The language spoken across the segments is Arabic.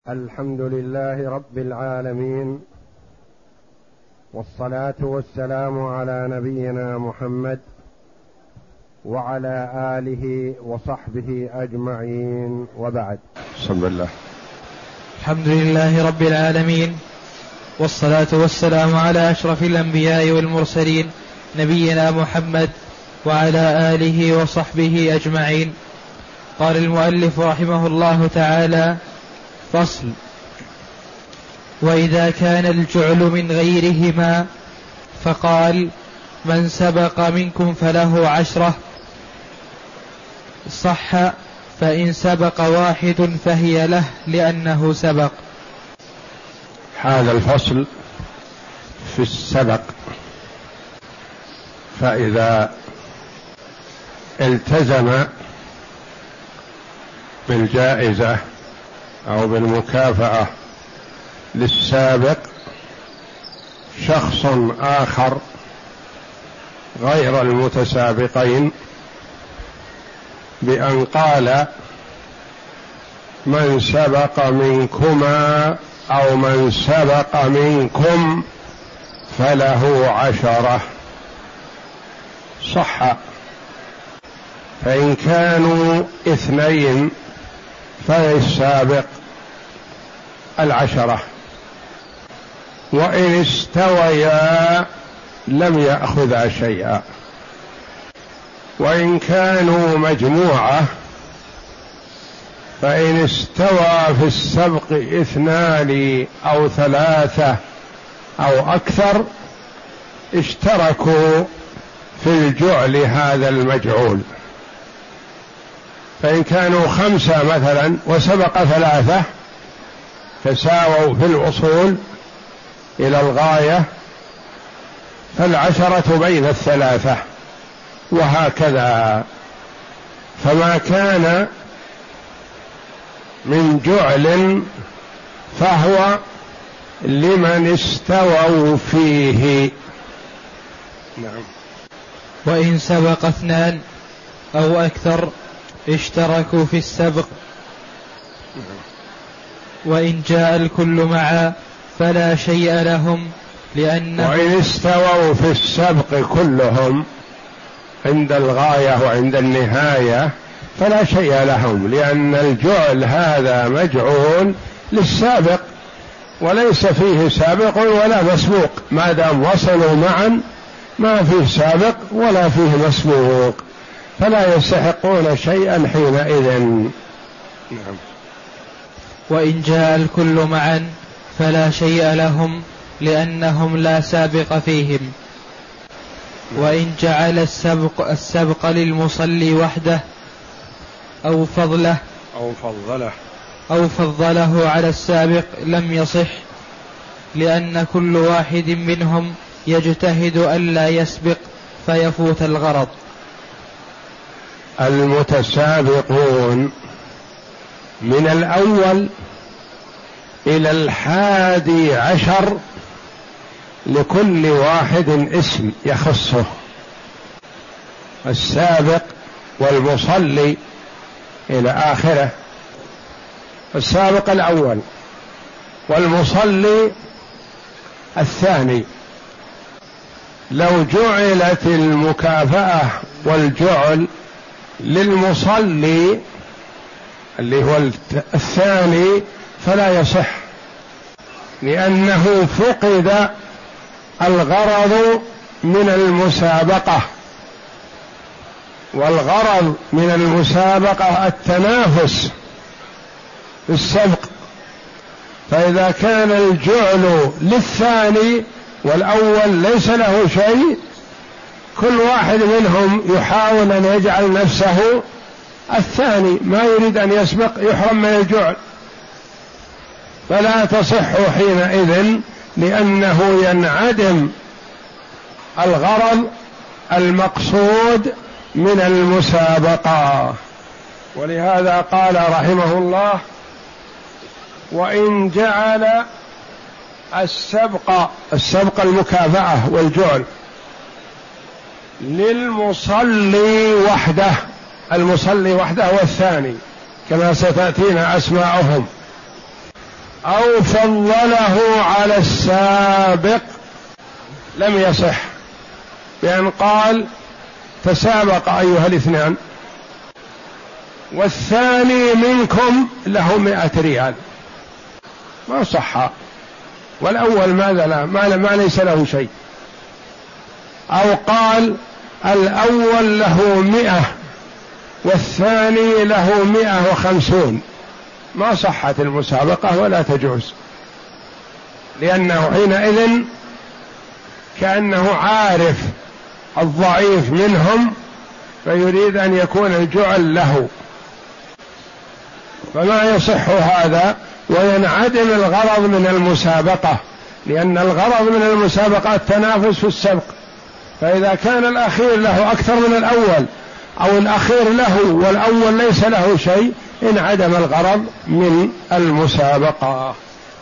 الحمد لله رب العالمين، والصلاة والسلام على نبينا محمد وعلى آله وصحبه أجمعين، وبعد. بسم الله. الحمد لله رب العالمين، والصلاة والسلام على أشرف الأنبياء والمرسلين نبينا محمد وعلى آله وصحبه أجمعين. قال المؤلف رحمه الله تعالى: فصل: وإذا كان الجعل من غيرهما فقال: من سبق منكم فله 10 صح، فإن سبق واحد فهي له لأنه سبق. هذا الفصل في السبق. فإذا التزم بالجائزة أو بالمكافأة للسابق شخص آخر غير المتسابقين بأن قال: من سبق منكما أو من سبق منكم فله 10 صح. فإن كانوا 2 فللسابق 10، وإن استويا لم يأخذا شيئا. وإن كانوا مجموعة فإن استوى في السبق 2 أو 3 أو أكثر اشتركوا في الجعل هذا المجعول. فإن كانوا 5 مثلا وسبق 3 تساووا في الوصول إلى الغاية، فال10 بين 3، وهكذا. فما كان من جعل فهو لمن استووا فيه. نعم. وإن سبق 2 أو أكثر اشتركوا في السبق. وإن جاء الكل معا فلا شيء لهم، لأنه وإن استووا في السبق كلهم عند الغاية وعند النهاية فلا شيء لهم، لأن الجعل هذا مجعول للسابق وليس فيه سابق ولا مسبوق. ما دام وصلوا معا ما فيه سابق ولا فيه مسبوق، فلا يستحقون شيئا حينئذ. نعم. وإن جاء الكل معا فلا شيء لهم، لأنهم لا سابق فيهم. وإن جعل السبق للمصلي وحده أو فضله على السابق لم يصح، لأن كل واحد منهم يجتهد ألا يسبق فيفوت الغرض. المتسابقون من الأول إلى 11 لكل واحد اسم يخصه: السابق والمصلي إلى آخره. السابق الأول والمصلي الثاني. لو جعلت المكافأة والجعل للمصلي اللي هو الثاني فلا يصح، لأنه فقد الغرض من المسابقة، والغرض من المسابقة التنافس في السبق. فإذا كان الجعل للثاني والأول ليس له شيء، كل واحد منهم يحاول أن يجعل نفسه الثاني، ما يريد أن يسبق يحرم من الجعل، فلا تصح حينئذ، لأنه ينعدم الغرض المقصود من المسابقة. ولهذا قال رحمه الله: وإن جعل السبق المكافأة والجعل للمصلي وحده، المصلي وحده والثاني كما ستأتينا أسماءهم، أو فضله على السابق لم يصح، بأن قال تسابق أيها الاثنان والثاني منكم له 100 ريال، ما صح. والأول ماذا لا ما ليس له شيء. أو قال الأول له 100 والثاني له 150، ما صحت المسابقة ولا تجوز، لأنه حينئذ كأنه عارف الضعيف منهم فيريد أن يكون الجعل له، فما يصح هذا، وينعدم الغرض من المسابقة، لأن الغرض من المسابقة التنافس في السبق، فإذا كان الأخير له أكثر من الأول أو الأخير له والأول ليس له شيء انعدم الغرض من المسابقة.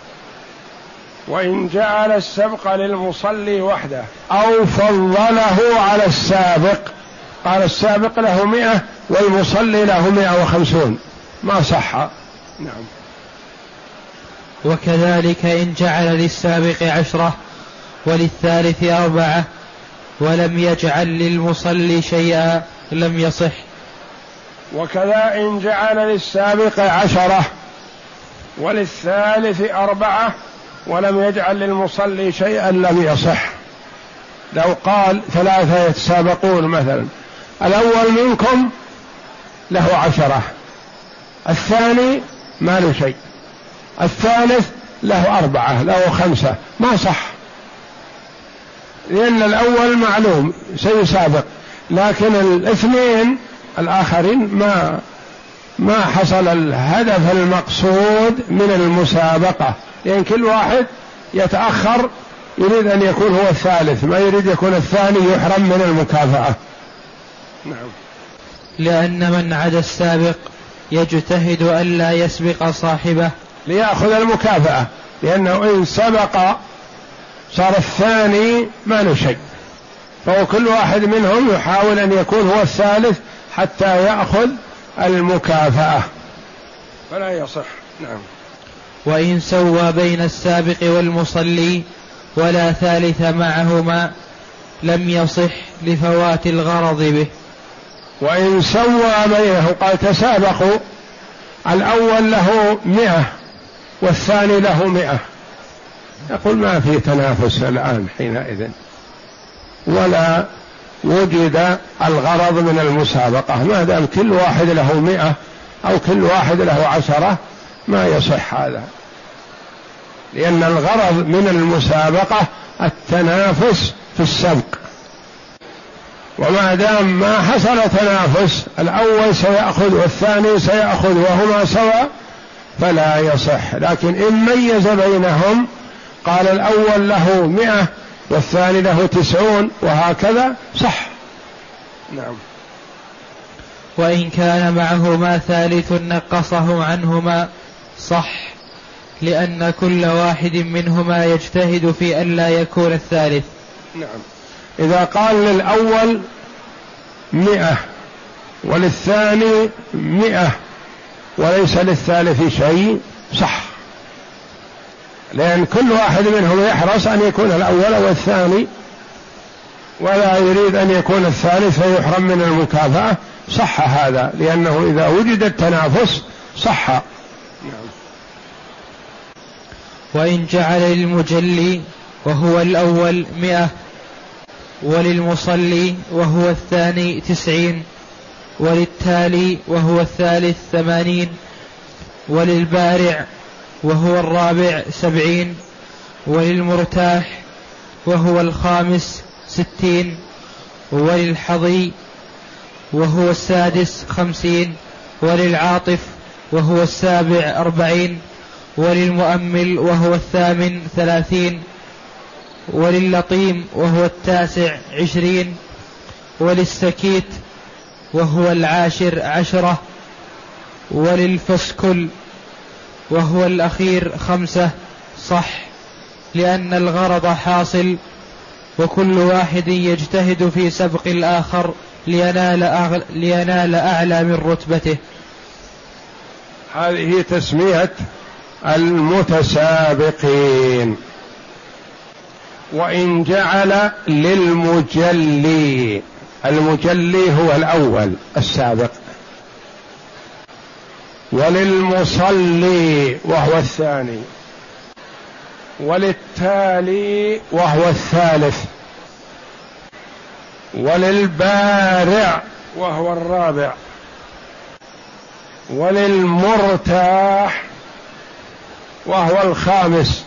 وإن جعل السبق للمصلي وحده أو فضله على السابق، قال السابق له 100 والمصلي له 150، ما صح. نعم. وكذلك إن جعل للسابق 10 وللثالث 4 ولم يجعل للمصلي شيئا لم يصح. وكذا إن جعل للسابق 10 وللثالث 4 ولم يجعل للمصلي شيئا لم يصح. لو قال 3 يتسابقون مثلا، الأول منكم له 10، الثاني ما له شيء، الثالث له 4 له 5، ما صح، لأن الأول معلوم سيسابق، لكن الاثنين الآخرين ما حصل الهدف المقصود من المسابقة، لأن كل واحد يتأخر يريد أن يكون هو الثالث، ما يريد يكون الثاني يحرم من المكافأة. نعم. لأن من عدا السابق يجتهد ألا يسبق صاحبه ليأخذ المكافأة، لأنه إن سبق صار الثاني ما له شيء، فهو كل واحد منهم يحاول أن يكون هو الثالث حتى يأخذ المكافأة، فلا يصح. نعم. وإن سوى بين السابق والمصلي ولا ثالث معهما لم يصح لفوات الغرض به. وإن سوى بينه، قال تسابقوا، الأول له 100 والثاني له 100، يقول ما في تنافس الآن حينئذ، ولا وجد الغرض من المسابقة، ما دام كل واحد له 100 أو كل واحد له 10 ما يصح هذا، لأن الغرض من المسابقة التنافس في السبق، وما دام ما حصل تنافس الأول سيأخذ والثاني سيأخذ وهما سوا فلا يصح. لكن إن ميز بينهم قال الأول له 100 والثاني له 90 وهكذا صح. نعم. وإن كان معهما ثالث نقصه عنهما صح، لأن كل واحد منهما يجتهد في أن لا يكون الثالث. نعم. إذا قال للأول 100 وللثاني 100 وليس للثالث شيء صح، لأن كل واحد منهم يحرص أن يكون الأول والثاني ولا يريد أن يكون الثالث فيحرم من المكافأة، صح هذا، لأنه إذا وجد التنافس صح. نعم. وإن جعل للمجلي وهو الأول 100 وللمصلي وهو الثاني 90 وللتالي وهو الثالث 80 وللبارع وهو الرابع 70 وللمرتاح وهو الخامس 60 وللحظي وهو السادس 50 وللعاطف وهو السابع 40 وللمؤمل وهو الثامن 30 ولللطيم وهو التاسع 20 وللسكيت وهو العاشر 10 وللفسكل وهو الأخير 5 صح، لأن الغرض حاصل وكل واحد يجتهد في سبق الآخر لينال أعلى من رتبته. هذه تسمية المتسابقين. وإن جعل للمجلي، المجلي هو الأول السابق، وللمصلي وهو الثاني، وللتالي وهو الثالث، وللبارع وهو الرابع، وللمرتاح وهو الخامس،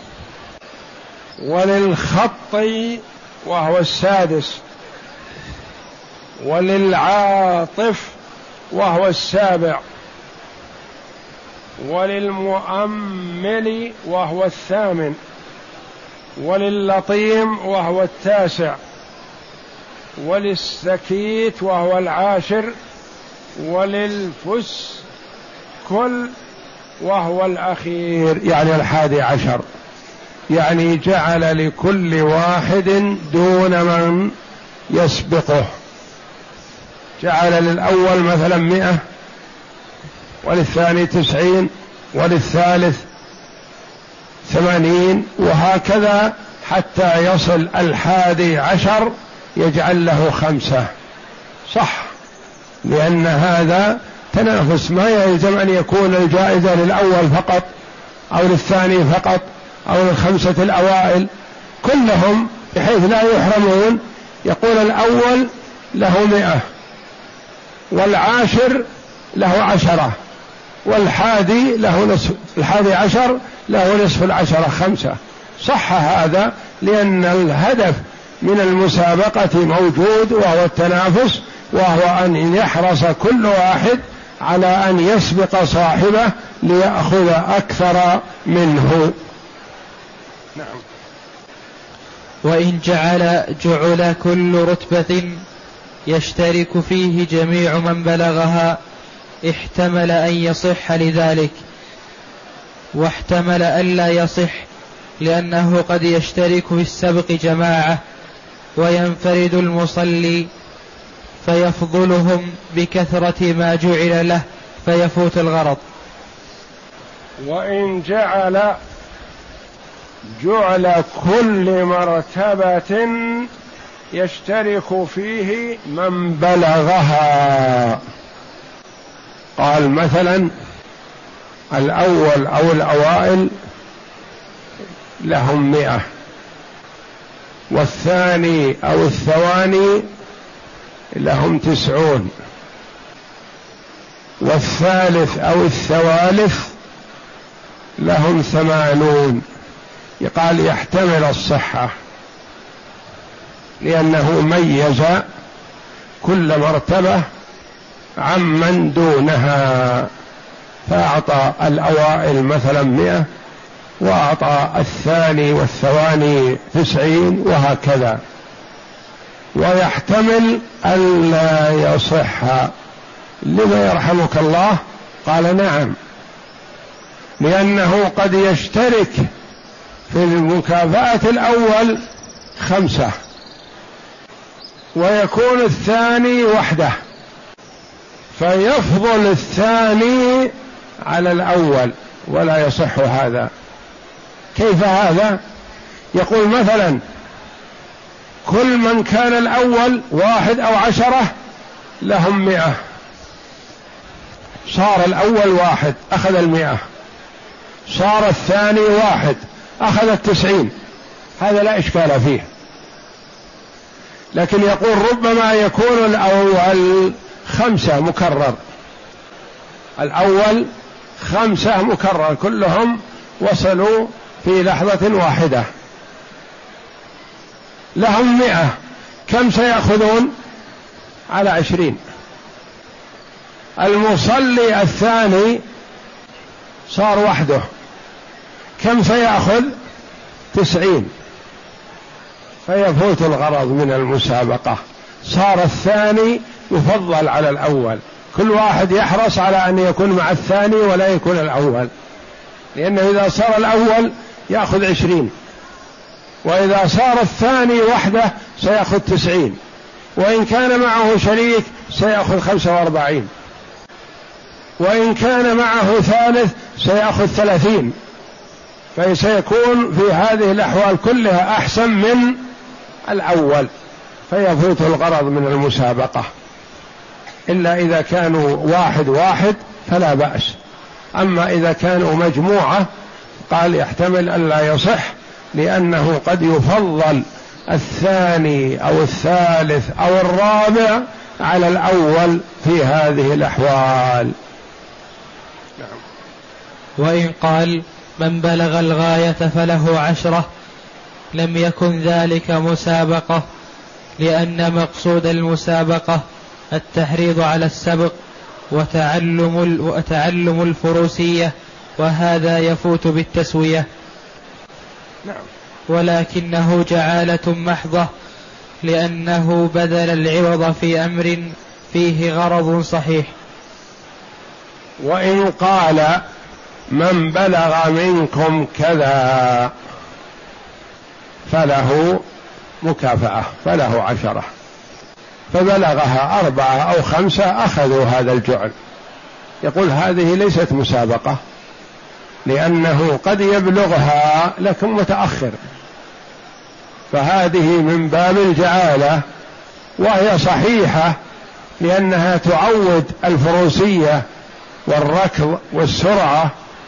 وللخطي وهو السادس، وللعاطف وهو السابع، وللمؤمل وهو الثامن، ولللطيم وهو التاسع، وللسكيت وهو العاشر، وللفس كل وهو الأخير يعني 11. يعني جعل لكل واحد دون من يسبقه، جعل للأول مثلا 100، وللثاني 90، وللثالث 80، وهكذا حتى يصل 11 يجعل له 5. صح، لأن هذا تنافس، ما يلزم أن يكون الجائزة للأول فقط أو للثاني فقط أو للخمسة الأوائل كلهم، بحيث لا يحرمون. يقول الأول له 100، والعاشر له 10، والحادي له نصف، الحادي عشر له نصف 10، 5. صح هذا، لأن الهدف من المسابقة موجود، وهو التنافس، وهو أن يحرص كل واحد على أن يسبق صاحبه ليأخذ أكثر منه. نعم. وإن جعل كل رتبة يشترك فيه جميع من بلغها احتمل أن يصح لذلك، واحتمل أن لا يصح، لأنه قد يشترك في السبق جماعة وينفرد المصلي فيفضلهم بكثرة ما جعل له فيفوت الغرض. وإن جعل كل مرتبة يشترك فيه من بلغها، قال مثلا الأول أو الأوائل لهم 100، والثاني أو الثواني لهم 90، والثالث أو الثوالث لهم 80. قال يحتمل الصحة، لأنه ميز كل مرتبة عمن دونها، فأعطى الأوائل مثلا 100، وأعطى الثاني والثواني 90، وهكذا. ويحتمل ألا يصح. لما يرحمك الله؟ قال نعم، لأنه قد يشترك في المكافأة الأول 5، ويكون الثاني وحده، فيفضل الثاني على الأول، ولا يصح هذا. كيف هذا؟ يقول مثلا كل من كان الأول 1 أو 10 لهم 100، صار الأول 1 أخذ 100، صار الثاني 1 أخذ 90، هذا لا إشكال فيه. لكن يقول ربما يكون الأول 5 مكرر، الأول 5 مكرر، كلهم وصلوا في لحظة واحدة، لهم 100، كم سيأخذون؟ على 20. المصلي الثاني صار وحده، كم سيأخذ؟ 90، فيفوت الغرض من المسابقة. صار الثاني يفضل على الأول، كل واحد يحرص على أن يكون مع الثاني ولا يكون الأول، لأنه إذا صار الأول يأخذ 20، وإذا صار الثاني وحده سيأخذ 90، وإن كان معه شريك سيأخذ 45، وإن كان معه ثالث سيأخذ 30، فسيكون في هذه الأحوال كلها أحسن من الأول، فيفوت الغرض من المسابقة، إلا إذا كانوا واحد واحد فلا بأس. أما إذا كانوا مجموعة قال يحتمل أن لا يصح، لأنه قد يفضل الثاني أو الثالث أو الرابع على الأول في هذه الأحوال. نعم. وإن قال من بلغ الغاية فله 10 لم يكن ذلك مسابقة، لأن مقصود المسابقة التحريض على السبق وتعلم الفروسية، وهذا يفوت بالتسوية. نعم. ولكنه جعالة محضة، لأنه بذل العوض في أمر فيه غرض صحيح. وإن قال من بلغ منكم كذا فله مكافأة، فله 10، فبلغها 4 أو 5 أخذوا هذا الجعل، يقول هذه ليست مسابقة، لأنه قد يبلغها لكن متأخر، فهذه من باب الجعالة، وهي صحيحة لأنها تعود الفروسية والركض والسرعة،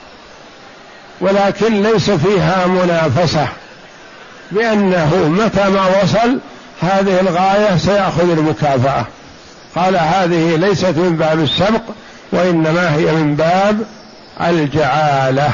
ولكن ليس فيها منافسة، بأنه متى ما وصل هذه الغاية سيأخذ المكافأة. قال هذه ليست من باب السبق، وإنما هي من باب الجعالة.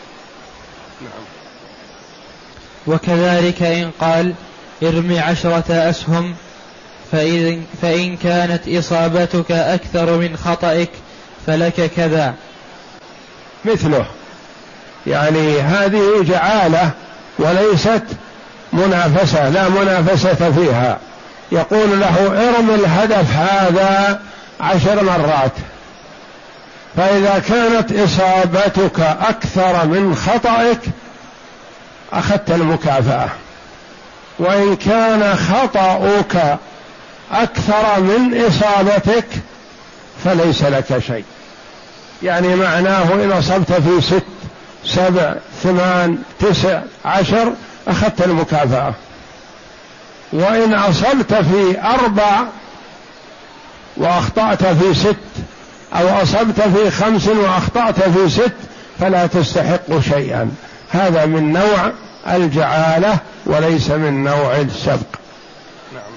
وكذلك إن قال ارمي 10 أسهم فإن كانت إصابتك أكثر من خطئك فلك كذا، مثله، يعني هذه جعالة وليست منافسة، لا منافسة فيها. يقول له ارم الهدف هذا 10 مرات، فإذا كانت إصابتك أكثر من خطئك أخذت المكافأة، وإن كان خطأك أكثر من إصابتك فليس لك شيء. يعني معناه إن أصبت في 6 7 8 9 10 أخذت المكافأة، وإن أصبت في 4 وأخطأت في 6 أو أصبت في 5 وأخطأت في 6 فلا تستحق شيئا. هذا من نوع الجعالة وليس من نوع السبق. نعم.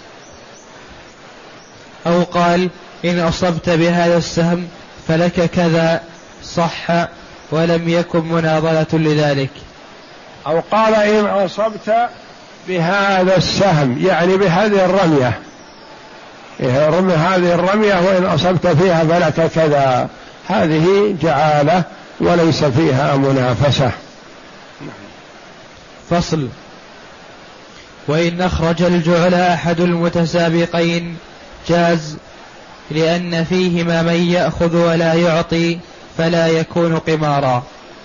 أو قال إن أصبت بهذا السهم فلك كذا، صح ولم يكن مناضلة لذلك. أو قال إن أصبت بهذا السهم، يعني بهذه الرمية، رمي هذه الرمية وإن أصبت فيها فلك كذا، هذه جعالة وليس فيها منافسة. فصل. وإن أخرج الجعل أحد المتسابقين جاز، لأن فيهما من يأخذ ولا يعطي فلا يكون قمارا.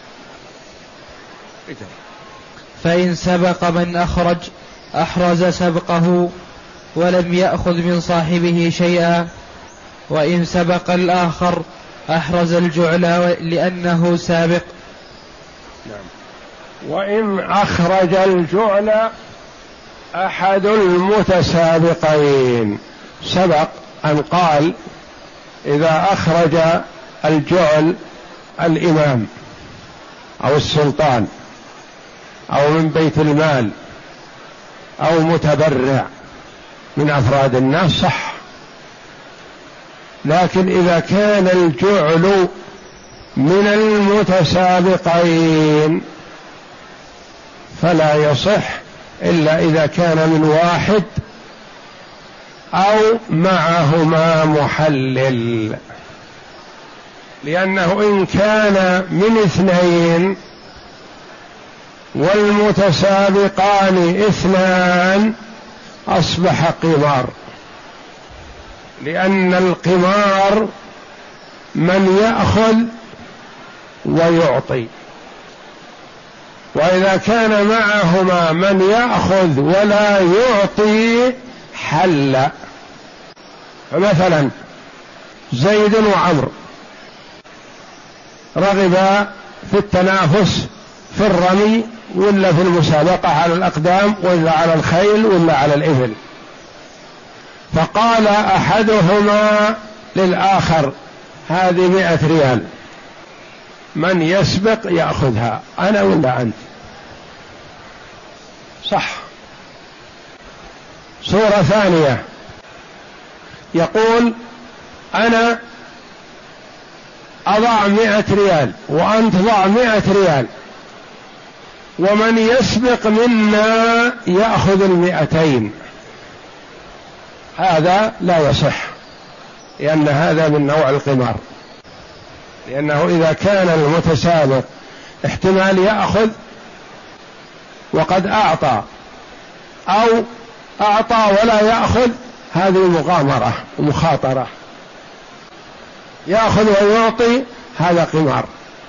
فإن سبق من أخرج أحرز سبقه ولم يأخذ من صاحبه شيئا، وإن سبق الآخر أحرز الجعل لأنه سابق. وإن أخرج الجعل أحد المتسابقين، سبق أن قال إذا أخرج الجعل الإمام أو السلطان أو من بيت المال أو متبرع من أفراد الناس صح، لكن إذا كان الجعل من المتسابقين فلا يصح إلا إذا كان من واحد أو معهما محلل، لأنه إن كان من 2 والمتسابقان 2 أصبح قمار، لأن القمار من يأخذ ويعطي، وإذا كان معهما من يأخذ ولا يعطي حل. فمثلا زيد وعمر رغبا في التنافس في الرمي ولا في المسابقة على الأقدام ولا على الخيل ولا على الإبل. فقال أحدهما للآخر هذه 100 ريال، من يسبق يأخذها، أنا ولا أنت؟ صح. صورة ثانية يقول أنا أضع 100 ريال وأنت ضع 100 ريال، ومن يسبق منا يأخذ 200. هذا لا يصح، لأن هذا من نوع القمار، لأنه إذا كان المتسابق احتمال يأخذ وقد أعطى أو أعطى ولا يأخذ، هذه مغامرة ومخاطرة. يأخذ ويعطي هذا قمار،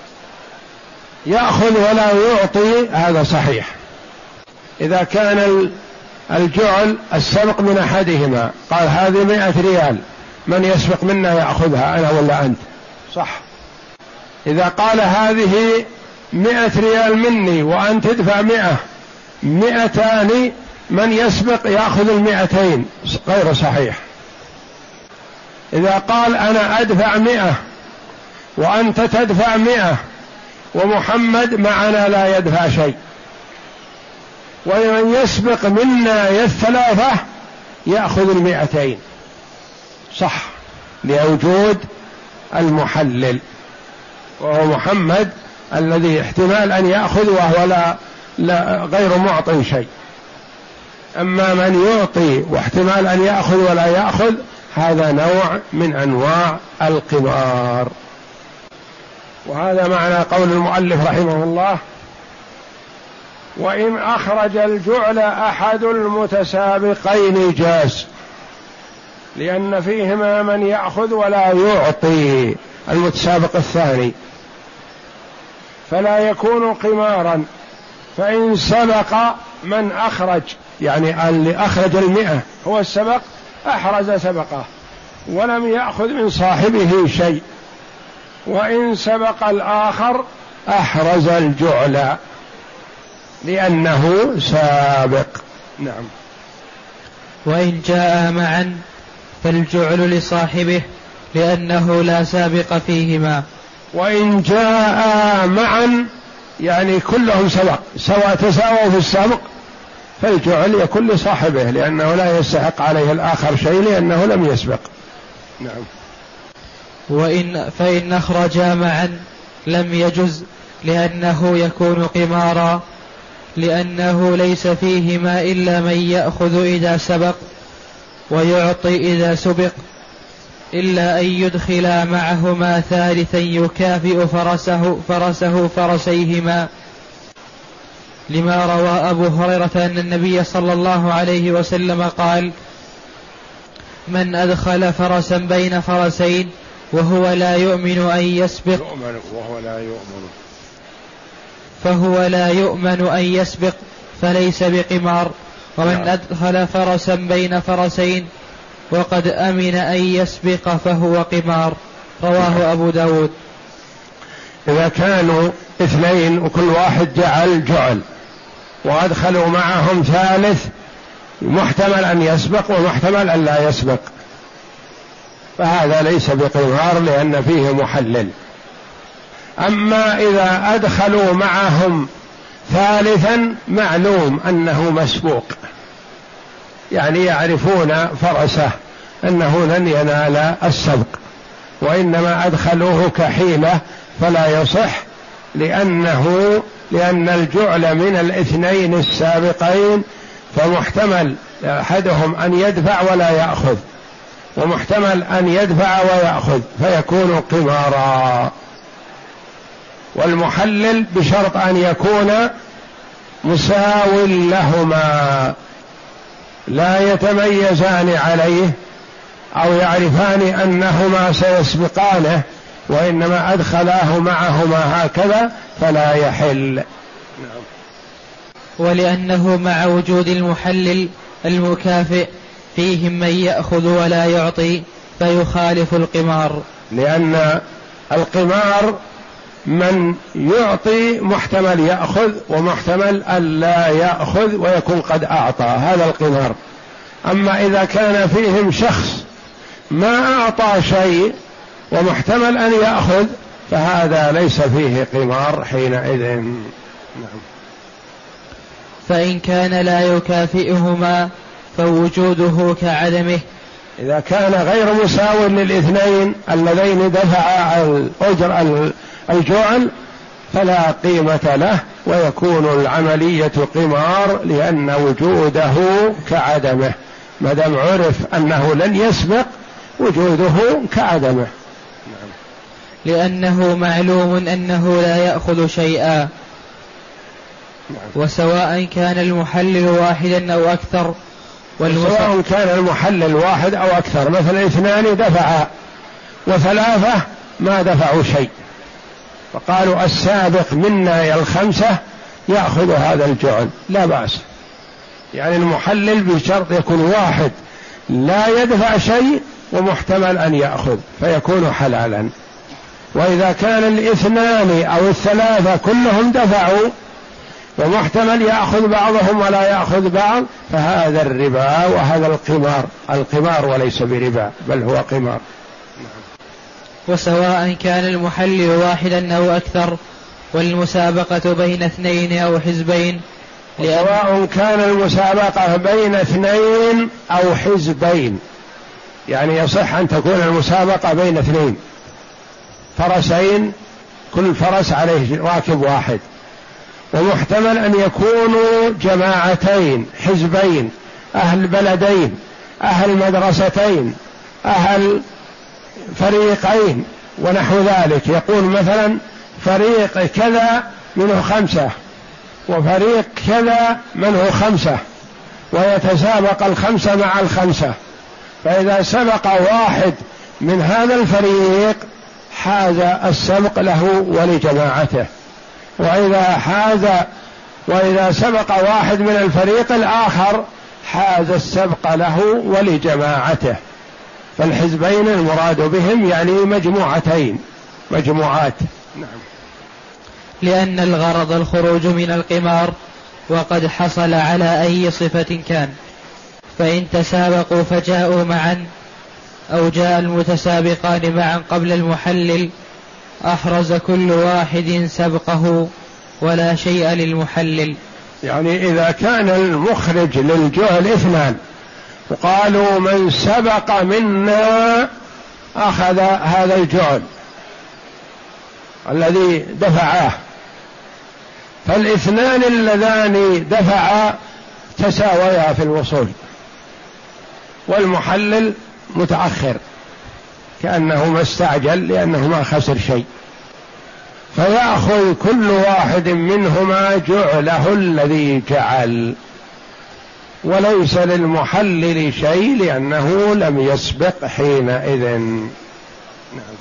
يأخذ ولا يعطي هذا صحيح. إذا كان الجعل السبق من أحدهما، قال هذه 100 ريال، من يسبق منا يأخذها، أنا ولا أنت؟ صح. إذا قال هذه 100 ريال مني وأنت تدفع 100، 200 من يسبق يأخذ 200، غير صحيح. إذا قال أنا أدفع 100 وأنت تدفع 100 ومحمد معنا لا يدفع شيء، ومن يسبق منا 3 يأخذ 200، صح، لوجود المحلل وهو محمد الذي احتمال أن يأخذ وهو لا غير معطي شيء. أما من يعطي واحتمال أن يأخذ ولا يأخذ، هذا نوع من أنواع القمار. وهذا معنى قول المؤلف رحمه الله: وإن أخرج الجعل أحد المتسابقين جاز، لأن فيهما من يأخذ ولا يعطي، المتسابق الثاني، فلا يكون قمارا. فإن سبق من أخرج، يعني اللي أخرج 100 هو السبق، أحرز سبقه ولم يأخذ من صاحبه شيء، وإن سبق الآخر أحرز الجعل لأنه سابق. نعم. وإن جاء معا فالجعل لصاحبه لأنه لا سابق فيهما. وإن جاء معا يعني كلهم سواء تساووا في السبق، فالجعل يكون لصاحبه لأنه لا يستحق عليه الآخر شيء لأنه لم يسبق. نعم. فإن أخرجا معا لم يجز، لأنه يكون قمارا، لأنه ليس فيهما إلا من يأخذ إذا سبق ويعطي إذا سبق، إلا أن يدخلا معهما ثالثا يكافئ فرسه فرسيهما، لما روى أبو هريرة أن النبي صلى الله عليه وسلم قال: من أدخل فرسا بين فرسين وهو لا يؤمن أن يسبق فهو لا يؤمن أن يسبق فليس بقمار، ومن أدخل فرسا بين فرسين وقد أمن أن يسبق فهو قمار. رواه أبو داود. إذا كانوا 2 وكل واحد جعل وأدخلوا معهم ثالث، محتمل أن يسبق ومحتمل أن لا يسبق، فهذا ليس بقمار لأن فيه محلل. أما إذا أدخلوا معهم ثالثا معلوم أنه مسبوق، يعني يعرفون فرسه أنه لن ينال السبق، وإنما أدخلوه كحيلة فلا يصح، لأن الجعل من 2 السابقين، فمحتمل أحدهم أن يدفع ولا يأخذ، ومحتمل أن يدفع ويأخذ، فيكون قمارا. والمحلل بشرط أن يكون مساو لهما، لا يتميزان عليه أو يعرفان أنهما سيسبقانه، وإنما أدخلاه معهما هكذا فلا يحل. نعم. ولأنه مع وجود المحلل المكافئ فيهم من يأخذ ولا يعطي فيخالف القمار، لأن القمار من يعطي محتمل يأخذ ومحتمل ألا يأخذ ويكون قد أعطى، هذا القمار. أما إذا كان فيهم شخص ما أعطى شيء ومحتمل أن يأخذ فهذا ليس فيه قمار حينئذ. نعم. فإن كان لا يكافئهما فوجوده كعدمه. إذا كان غير مساو للاثنين اللذين دفعا الجعل فلا قيمة له ويكون العملية قمار، لأن وجوده كعدمه، ما دام عرف أنه لن يسبق وجوده كعدمه. لأنه معلوم أنه لا يأخذ شيئا. وسواء كان المحلل واحدا أو أكثر، سواء كان المحلل واحد أو أكثر، مثلا اثنان دفعا وثلاثة ما دفعوا شيء، فقالوا السابق منا الخمسة يأخذ هذا الجعل، لا بأس. يعني المحلل بشرط يكون واحد لا يدفع شيء ومحتمل أن يأخذ فيكون حلالا. وإذا كان الاثنان أو الثلاثة كلهم دفعوا ومحتمل يأخذ بعضهم ولا يأخذ بعض فهذا الربا وهذا القمار وليس بربا بل هو قمار. وسواء كان المحلل واحدا أو أكثر والمسابقة بين اثنين أو حزبين. وسواء كان المسابقة بين اثنين أو حزبين، يعني يصح أن تكون المسابقة بين اثنين فرسين كل فرس عليه راكب واحد، ومحتمل أن يكونوا جماعتين حزبين، أهل بلدين، أهل مدرستين، أهل فريقين ونحو ذلك. يقول مثلا فريق كذا منه 5 وفريق كذا منه 5 ويتسابق 5 مع 5، فإذا سبق واحد من هذا الفريق حاز السبق له ولجماعته، وإذا سبق واحد من الفريق الآخر حاز السبق له ولجماعته. فالحزبين المراد بهم يعني مجموعات. نعم. لأن الغرض الخروج من القمار وقد حصل على أي صفة كان، فإن تسابقوا فجاءوا معا أو جاء المتسابقان معا قبل المحلل أحرز كل واحد سبقه ولا شيء للمحلل. يعني إذا كان المخرج للجعل 2 وقالوا من سبق منا أخذ هذا الجعل الذي دفعاه، فالاثنان اللذان دفعا تساويا في الوصول والمحلل متأخر كأنه ما استعجل لأنه ما خسر شيء، فيأخذ كل واحد منهما جعله الذي جعل وليس للمحلل شيء لأنه لم يسبق حينئذ. نعم.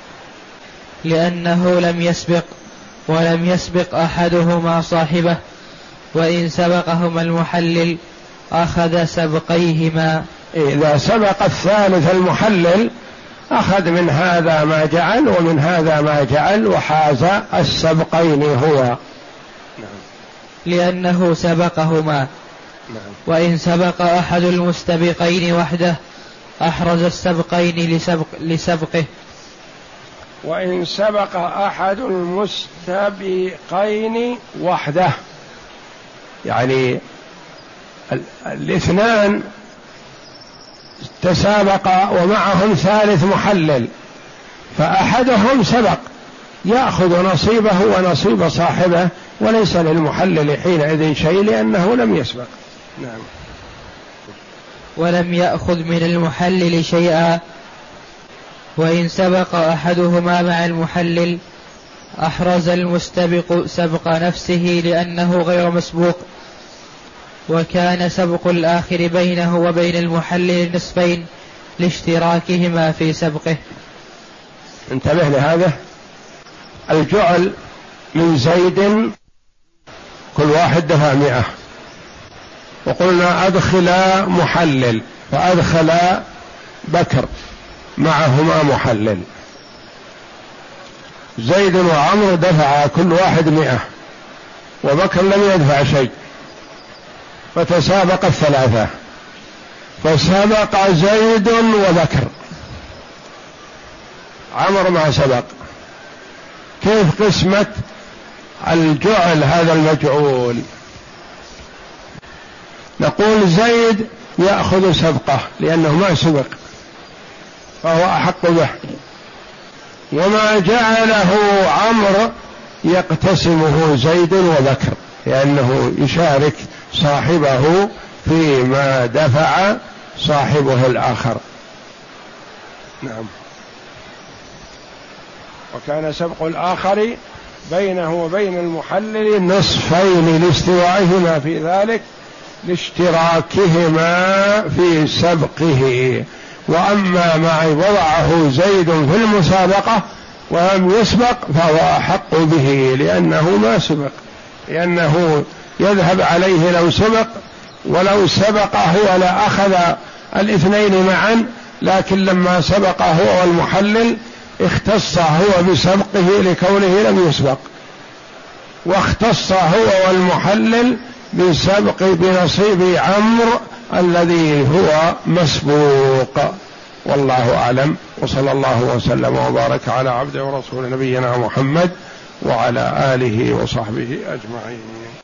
لأنه لم يسبق ولم يسبق أحدهما صاحبه، وإن سبقهما المحلل أخذ سبقيهما. إذا سبق الثالث المحلل أخذ من هذا ما جعل ومن هذا ما جعل وحاز السبقين هو. نعم. لأنه سبقهما. نعم. وإن سبق أحد المستبقين وحده أحرز السبقين لسبقه. وإن سبق أحد المستبقين وحده، يعني الاثنان تسابقا ومعهم ثالث محلل، فأحدهم سبق يأخذ نصيبه ونصيب صاحبه وليس للمحلل حينئذ شيء لأنه لم يسبق. نعم. ولم يأخذ من المحلل شيئا. وإن سبق أحدهما مع المحلل أحرز المستبق سبق نفسه لأنه غير مسبوق، وكان سبق الآخر بينه وبين المحلل نصفين لاشتراكهما في سبقه. انتبه لهذا. الجعل من زيد كل واحد دفع 100، وقلنا أدخل محلل فأدخل بكر معهما محلل، زيد وعمرو دفع كل واحد 100 وبكر لم يدفع شيء، فتسابق الثلاثة، فسبق زيد وبكر، عمرو ما سبق. كيف قسمة الجعل هذا المجعول؟ نقول زيد يأخذ سبقه لأنه ما سبق فهو أحق به، وما جعله عمرو يقتسمه زيد وبكر لأنه يشارك صاحبه فيما دفع صاحبه الآخر. نعم. وكان سبق الآخر بينه وبين المحلل نصفين لاستوائهما في ذلك لاشتراكهما في سبقه. وأما ما وضعه زيد في المسابقة ولم يسبق فهو أحق به لأنه ما سبق، لأنه يذهب عليه لو سبق، ولو سبق هو لأخذ الاثنين معا، لكن لما سبق هو والمحلل اختص هو بسبقه لكونه لم يسبق، واختص هو والمحلل بسبق بنصيب عمرو الذي هو مسبوق. والله أعلم، وصلى الله وسلم وبارك على عبده ورسول نبينا محمد وعلى آله وصحبه أجمعين.